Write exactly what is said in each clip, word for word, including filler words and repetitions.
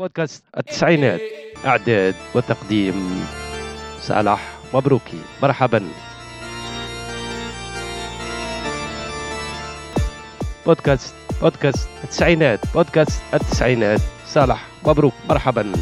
بودكاست التسعينات، إعداد وتقديم صالح مبروكي. مرحبا. بودكاست بودكاست التسعينات بودكاست التسعينات صالح مبروك. مرحبا.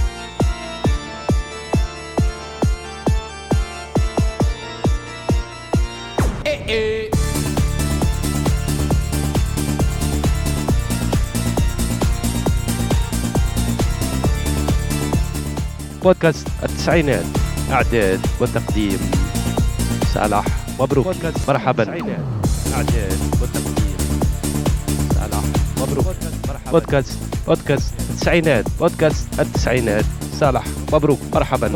بودكاست التسعينات، إعداد وتقديم صالح مبروك. مرحبا. إعداد وتقديم صالح مبروك. بودكاست بودكاست التسعينات بودكاست التسعينات صالح مبروك. مرحبا.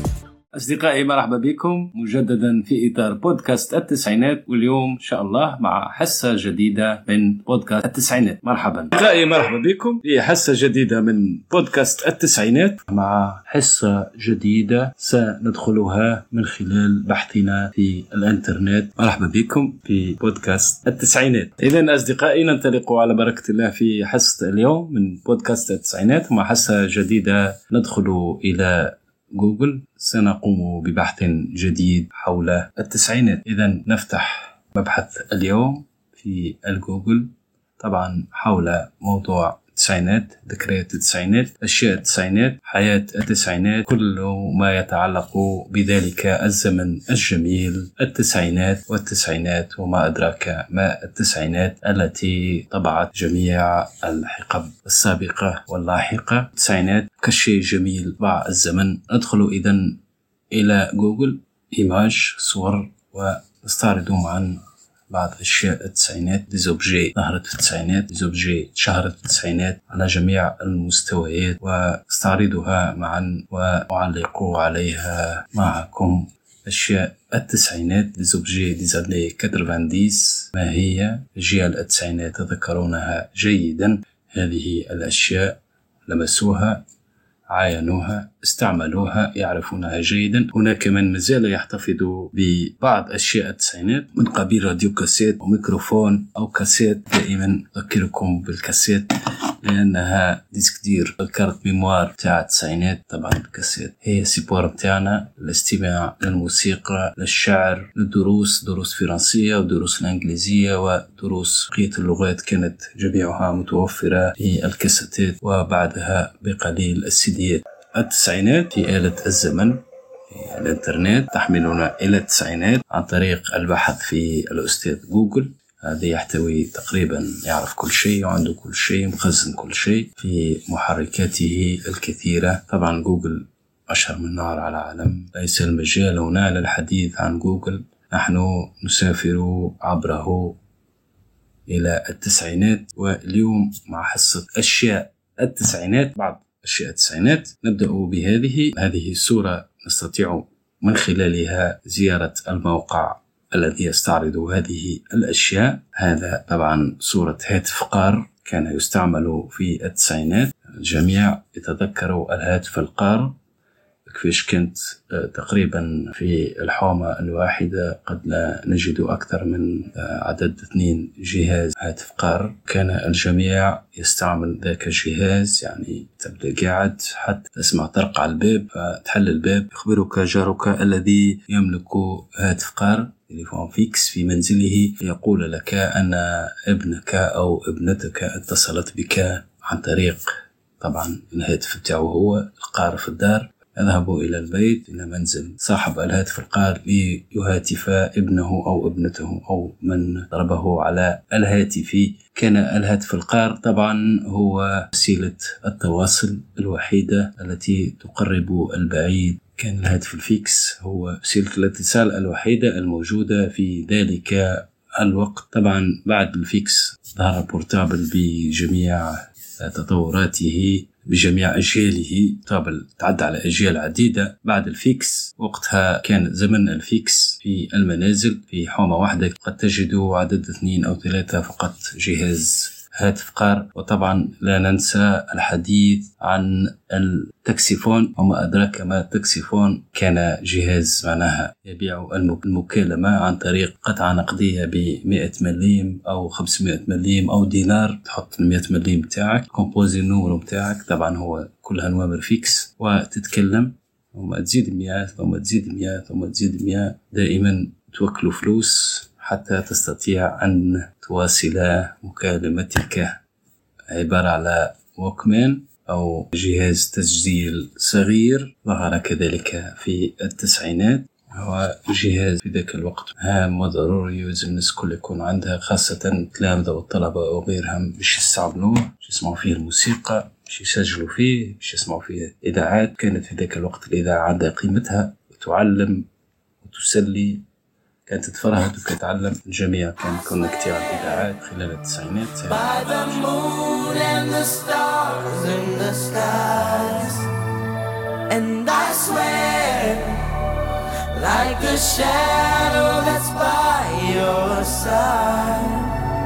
أصدقائي، مرحبا بكم مجددا في إطار بودكاست التسعينات، واليوم إن شاء الله مع حصة جديدة من بودكاست التسعينات. مرحبا أصدقائي، مرحبا بكم في حصة جديدة من بودكاست التسعينات، مع حصة جديدة سندخلها من خلال بحثنا في الإنترنت. مرحبا بكم في بودكاست التسعينات. إذن أصدقائي، ننطلق على بركة الله في حصة اليوم من بودكاست التسعينات مع حصة جديدة. ندخل إلى جوجل، سنقوم ببحث جديد حول التسعينات. إذن نفتح مبحث اليوم في الجوجل، طبعا حول موضوع التسعينات، ذكريات التسعينات، أشياء التسعينات، حياة التسعينات، كل ما يتعلق بذلك الزمن الجميل، التسعينات والتسعينات وما أدراك ما التسعينات التي طبعت جميع الحقب السابقة واللاحقة. التسعينات كشيء جميل مع الزمن. ندخل إذن إلى جوجل إيماج، صور، ونستعرض معا بعض أشياء التسعينات. ديزوبجي ظهرت في التسعينات، ديزوبجي شهرت في التسعينات على جميع المستويات، واستعرضها معا وأعلق عليها معكم. أشياء التسعينات، ديزوبجي ديزاني كترفانديس، ما هي أجيال التسعينات تذكرونها جيدا. هذه الأشياء لمسوها، عاينوها، استعملوها، يعرفونها جيدا. هناك من مازال يحتفظ ببعض أشياء التسعينات من قبيل راديو كاسيت وميكروفون أو كاسيت. دائما أذكركم بالكاسيت لأنها ديسك دير الكارت ميموار تاع التسعينات. طبعا الكاسيت هي سيبور متاعنا للاستماع للموسيقى، للشعر، للدروس، دروس فرنسية ودروس الإنجليزية ودروس بقية اللغات، كانت جميعها متوفرة في الكاسيتات وبعدها بقليل السيديات. التسعينات في آلة الزمن في الإنترنت تحملنا إلى التسعينات عن طريق البحث في الأستاذ جوجل. هذا يحتوي تقريبا، يعرف كل شيء وعنده كل شيء، مخزن كل شيء في محركاته الكثيرة. طبعا جوجل أشهر من نار على العالم، ليس المجال هنا للحديث عن جوجل. نحن نسافر عبره إلى التسعينات، واليوم مع حصة أشياء التسعينات. بعض أشياء التسعينات نبدأ بهذه هذه الصورة، نستطيع من خلالها زيارة الموقع الذي يستعرض هذه الأشياء. هذا طبعا صورة هاتف قار كان يستعمل في التسعينات. الجميع يتذكر الهاتف القار، كيفاش كانت تقريبا في الحومة الواحدة قد لا نجد أكثر من عدد اثنين جهاز هاتف قار. كان الجميع يستعمل ذاك الجهاز، يعني تبدأ قاعد حتى تسمع طرق على الباب فتحل الباب، يخبرك جارك الذي يملك هاتف قار تليفون فيكس في منزله، يقول لك أن ابنك أو ابنتك اتصلت بك عن طريق طبعا الهاتف بتاعه هو القار في الدار. يذهب إلى البيت، إلى منزل صاحب الهاتف القار ليهاتف ابنه أو ابنته أو من ضربه على الهاتف. كان الهاتف القار طبعا هو وسيلة التواصل الوحيدة التي تقرب البعيد. كان الهاتف الفيكس هو وسيلة الاتصال الوحيدة الموجودة في ذلك الوقت. طبعا بعد الفيكس ظهر البورتابل بجميع تطوراته، بجميع أجياله. طابل تعدى على أجيال عديدة بعد الفيكس. وقتها كان زمن الفيكس في المنازل، في حومة واحدة قد تجد عدد اثنين أو ثلاثة فقط جهاز هاتف قار. وطبعا لا ننسى الحديث عن التكسيفون، وما أدراك ما التكسيفون. كان جهاز معناها يبيع المكالمة عن طريق قطعة نقدية بمئة مليم أو خمسمائة مليم أو دينار، تحط المئة مليم بتاعك، كومبوزي النمر بتاعك، طبعا هو كلها نوامر فيكس، وتتكلم وما تزيد مئات وما تزيد مئات وما تزيد مئات. دائما توكلوا فلوس حتى تستطيع أن تواصل مكالمتك. عبارة على ووكمان أو جهاز تسجيل صغير، ظهر كذلك في التسعينات. هو جهاز في ذاك الوقت هام وضروري، ويلزم الناس الكل يكون عندها، خاصة التلامذة والطلبة وغيرهم، باش يستعملوه، باش يسمعوا فيه الموسيقى، باش يسجلوا فيه، باش يسمعوا فيه إذاعات. كانت في ذاك الوقت الإذاعة عندها قيمتها، وتعلم وتسلي، كانت تتفرهد وكتعلم. الجميع كان كونكتي على الإذاعات خلال التسعينات. By the moon and the stars in the skies, and I swear, like the shadow that's by your side,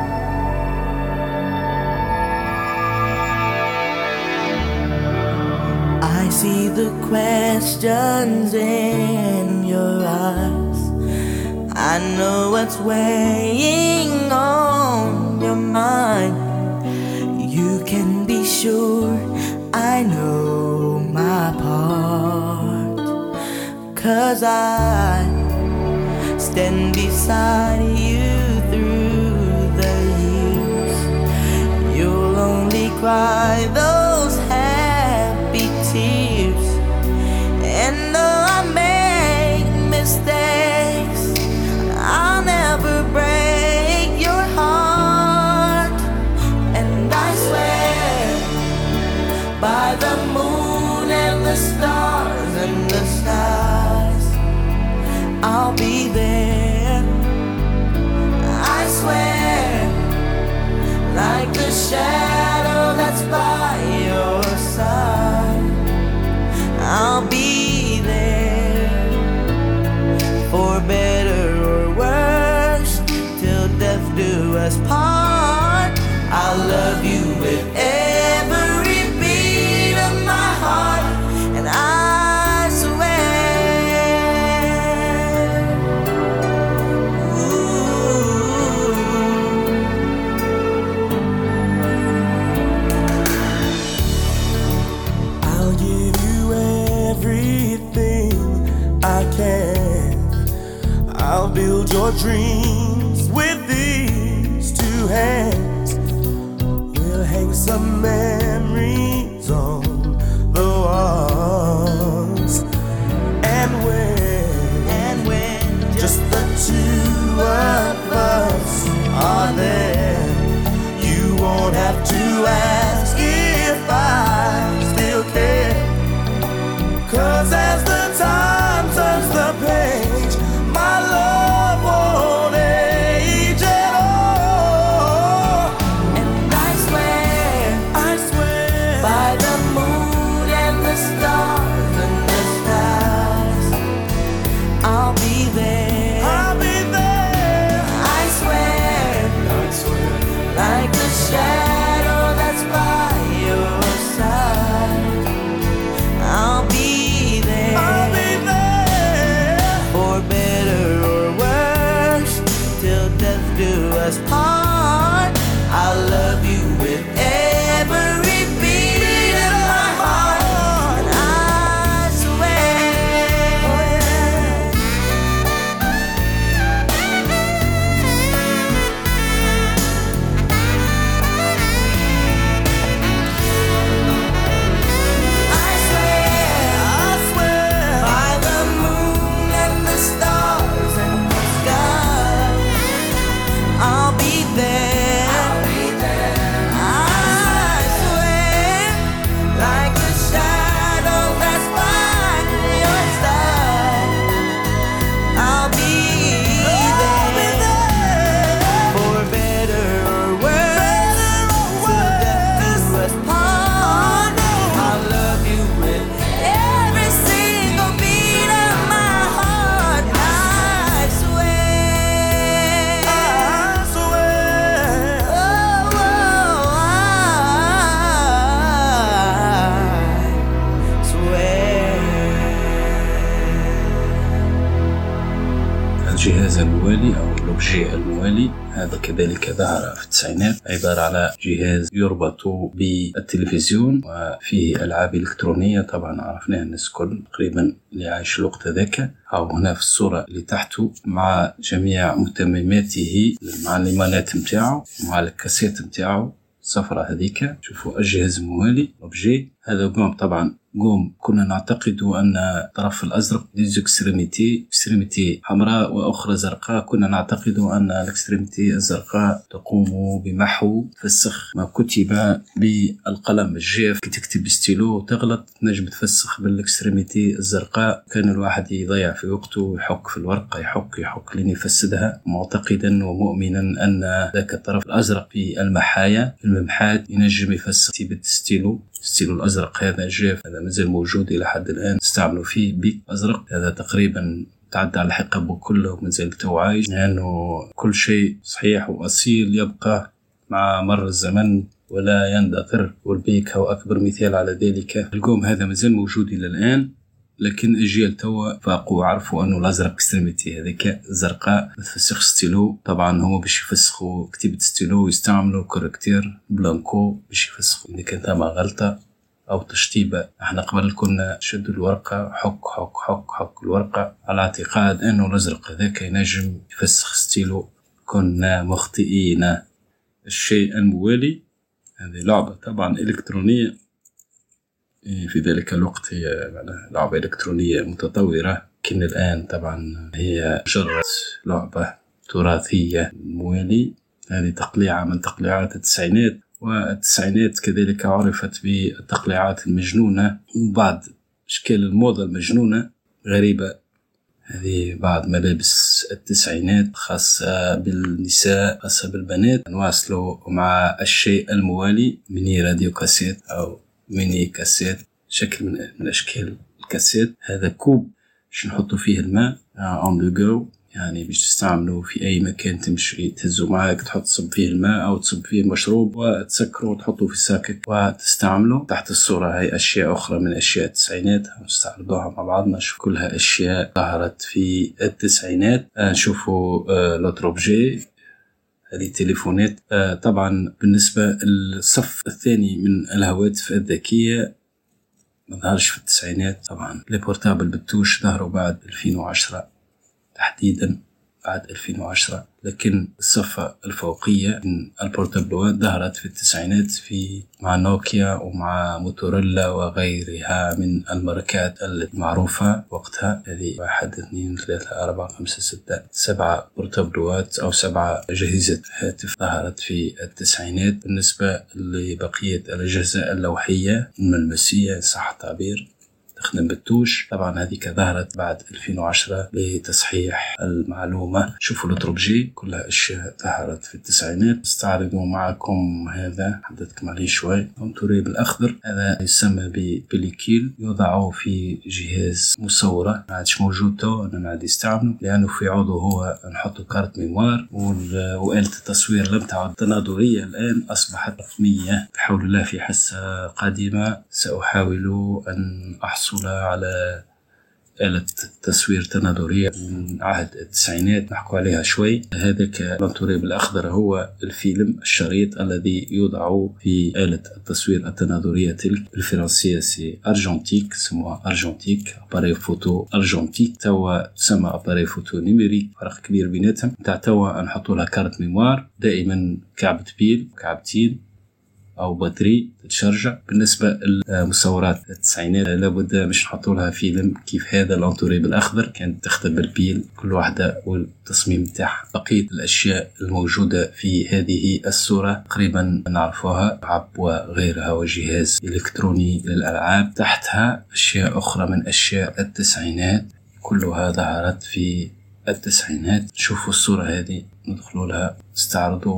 I see the questions in your eyes. I know what's weighing on your mind. You can be sure I know my part, 'cause I stand beside you through the years. You'll only cry those happy tears, and though I make mistakes, I'll never break your heart. And I swear, by the moon and the stars and the skies, I'll be there. I swear, like the shadow that's by your side, I'll be there. For better or worse, till death do us part, I'll love you with every beat of my heart. And I swear, ooh, I'll give you everything I can. I'll build your dreams with these two hands. We'll hang some memories on the walls. And when, and when just the two of us are there, you won't have to ask if I still care. 'Cause as the time turns the page, my love won't age at الجهاز الموالي أو الأوبجي الموالي هذا كذلك ظهر في التسعينات، عبارة على جهاز يربط بالتلفزيون وفيه ألعاب إلكترونية. طبعا عرفناها الناس كل تقريبا اللي عايش الوقت ذاك. أو هنا في الصورة اللي تحته مع جميع متمماته، مع المانات متاعه مع الكاسيت متاعه صفرة هذيك. شوفوا الجهاز الموالي أوبجي. هذا قوم طبعا قوم كنا نعتقد أن الطرف الأزرق ديز اكستريميتي اكستريميتي حمراء وأخرى زرقاء، كنا نعتقد أن الاكستريميتي الزرقاء تقوم بمحو فسخ ما كتب بالقلم الجاف. كي تكتب بستيلو وتغلط تنجم تفسخ بالاكستريميتي الزرقاء. كان الواحد يضيع في وقته يحك في الورقة يحك يحك لين يفسدها، معتقدا ومؤمنا أن ذاك الطرف الأزرق في المحايا في الممحات ينجم يفسخ بالستيلو. الستيلو الأزرق هذا جاف هذا مازال موجود إلى حد الآن، استعملوا فيه بيك أزرق. هذا تقريبا تعدى على الحقب كله مازال تو عايش، لأنه يعني كل شيء صحيح وأصيل يبقى مع مر الزمن ولا يندثر، والبيك هو أكبر مثال على ذلك. القوم هذا مازال موجود إلى الآن، لكن الجيل توا فاقوا وعرفوا أنه الأزرق اكستريميتي هذيك الزرقاء تفسخ ستيلو. طبعا هو باش يفسخوا كتيبة ستيلو يستعملوا كوركتير بلانكو باش يفسخوا إذا كان ثما غلطة أو تشطيبة. احنا قبل كنا شدوا الورقة حك حك حك حك الورقة على اعتقاد أنه الأزرق هذاك ينجم يفسخ ستيلو. كنا مخطئين. الشيء الموالي هذه لعبة طبعا إلكترونية، في ذلك الوقت هي لعبة إلكترونية متطورة، لكن الآن طبعا هي مجرد لعبة تراثية. موالي هذه تقليعة من تقليعات التسعينات، والتسعينات كذلك عرفت بالتقليعات المجنونة وبعض أشكال الموضة المجنونة غريبة. هذه بعض ملابس التسعينات خاصة بالنساء خاصة بالبنات. نواصلوا مع الشيء الموالي ميني راديو كاسيت أو ميني كاسيت، شكل من, من أشكال الكاسيت. هذا كوب باش نحطوا فيه الماء on the go، يعني باش تستعملوا في أي مكان تمشي تهزوا معاك تحط تصب فيه الماء أو تصب فيه مشروب وتسكروا وتحطوا في ساكك وتستعملوا. تحت الصورة هاي أشياء أخرى من أشياء التسعينات نستعرضوها مع بعضنا. نشوف كلها أشياء ظهرت في التسعينات. نشوفوا لوتروبجي هذه تليفونات. آه طبعا بالنسبة للصف الثاني من الهواتف الذكية ما ظهرش في التسعينات. طبعا البورتابل بالتوش ظهروا بعد ألفين وعشرة تحديدا، بعد ألفين وعشرة. لكن الصفة الفوقية من البورتابلوات ظهرت في التسعينات في مع نوكيا ومع موتوريلا وغيرها من الماركات المعروفة وقتها. هذه واحد اثنين ثلاثة أربعة خمسة ستة سبعة بورتابلوات أو سبعة أجهزة هاتف ظهرت في التسعينات. بالنسبة لبقية الأجهزة اللوحية الملمسية صح التعبير تخدم بالتوش، طبعا هذيك ظهرت بعد ألفين وعشرة لتصحيح المعلومة. شوفوا لوتروبجي كلها أشياء ظهرت في التسعينات. استعرضوا معكم هذا حدثكم عليه شوي. التوريب الأخضر هذا يسمى ببليكيل، يوضع في جهاز مصورة ما عادش موجود تو، أنا ما عاد يستعمله لأنه في عضو هو نحطه كارت ميموار، وآلة التصوير لم تعد تناظرية الآن أصبحت رقمية. بحول الله في حصة قادمة سأحاول أن أحصل على آلة تصوير تناظرية من عهد التسعينات نحكوا عليها شوي. هذا كالانتوريب الأخضر هو الفيلم الشريط الذي يوضع في آلة التصوير التناظرية تلك. بالفرنسية سي أرجنتيك، سموها أرجنتيك أباري فوتو أرجنتيك. توا تسمى أباري فوتو نيميريك، فرق كبير بيناتهم. تاع توا نحطوا لها كارت ميموار دائما كعبة بيل كعبتين أو بطارية تتشرجع. بالنسبة لمصورات التسعينات لابد مش نحطوا لها فيلم كيف هذا الانتوريب الأخضر، كانت تخدم بالبيل كل واحدة والتصميم تاعها. بقية الأشياء الموجودة في هذه الصورة تقريبا نعرفوها، عب وغيرها وجهاز إلكتروني للألعاب. تحتها أشياء أخرى من أشياء التسعينات كلها ظهرت في التسعينات. شوفوا الصورة هذه ندخلوا لها استعرضوا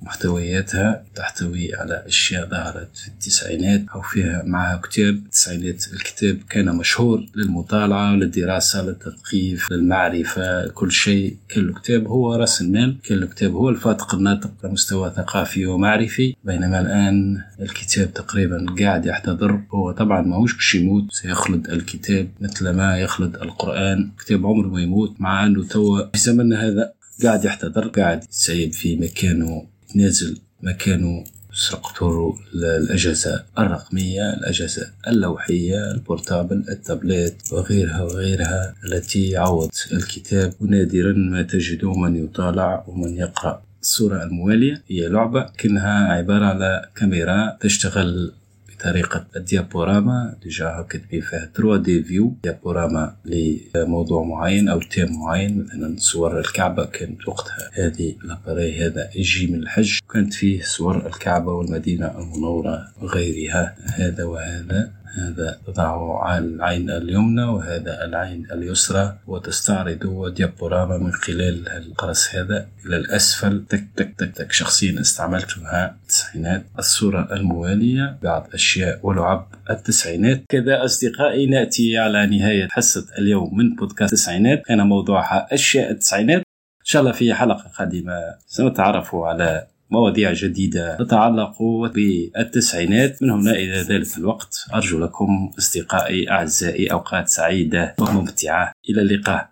محتوياتها تحتوي على أشياء ظهرت في التسعينات أو فيها معها كتاب. التسعينات الكتاب كان مشهور للمطالعة للدراسة للتثقيف للمعرفة، كل شيء كان الكتاب هو رأس المال، كان الكتاب هو الفاتق الناطق لمستوى ثقافي ومعرفي. بينما الآن الكتاب تقريبا قاعد يحتضر، هو طبعا ما هوش باش يموت، سيخلد الكتاب مثل ما يخلد القرآن. الكتاب عمره ما يموت، مع أنه توا في زمننا هذا قاعد يحتضر، قاعد يسيب في مكانه، يتنازل مكانه. سقطوا الأجهزة الرقمية، الأجهزة اللوحية، البورتابل، التابلت وغيرها وغيرها التي عوضت الكتاب، ونادرا ما تجد من يطالع ومن يقرأ. الصورة الموالية هي لعبة كأنها عبارة على كاميرا تشتغل بطريقة الديابوراما، ديجا كتبين فيها ثري دي فيو، ديابوراما لموضوع معين أو تيم معين. مثلا صور الكعبة كانت وقتها هذه الأباري هذا يجي من الحج، كانت فيه صور الكعبة والمدينة المنورة وغيرها. هذا وهذا، هذا تضعه على العين اليمنى وهذا العين اليسرى، وتستعرض ديابوراما من خلال القرص هذا إلى الأسفل. تك تك تك تك. شخصيا استعملتها التسعينات. الصورة الموالية، بعض أشياء ولعب التسعينات. كذا أصدقائي نأتي على نهاية حصة اليوم من بودكاست التسعينات، كان موضوعها أشياء التسعينات. إن شاء الله في حلقة قادمة سنتعرف على مواضيع جديدة تتعلق بالتسعينات. من هنا إلى ذلك الوقت أرجو لكم أصدقائي أعزائي أوقات سعيدة وممتعة. إلى اللقاء.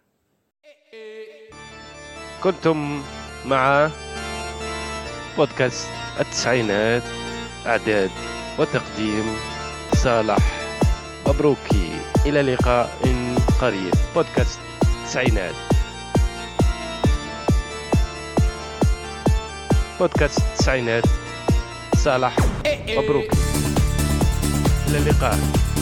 كنتم مع بودكاست التسعينات، إعداد وتقديم صالح مبروكي. إلى لقاء قريب. بودكاست التسعينات، بودكاست التسعينات، صالح مبروكي. إلى اللقاء.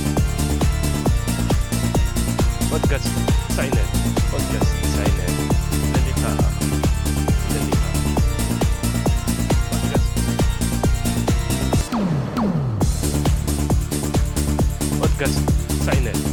بودكاست التسعينات، بودكاست التسعينات. إلى اللقاء. إلى اللقاء. بودكاست بودكاست التسعينات.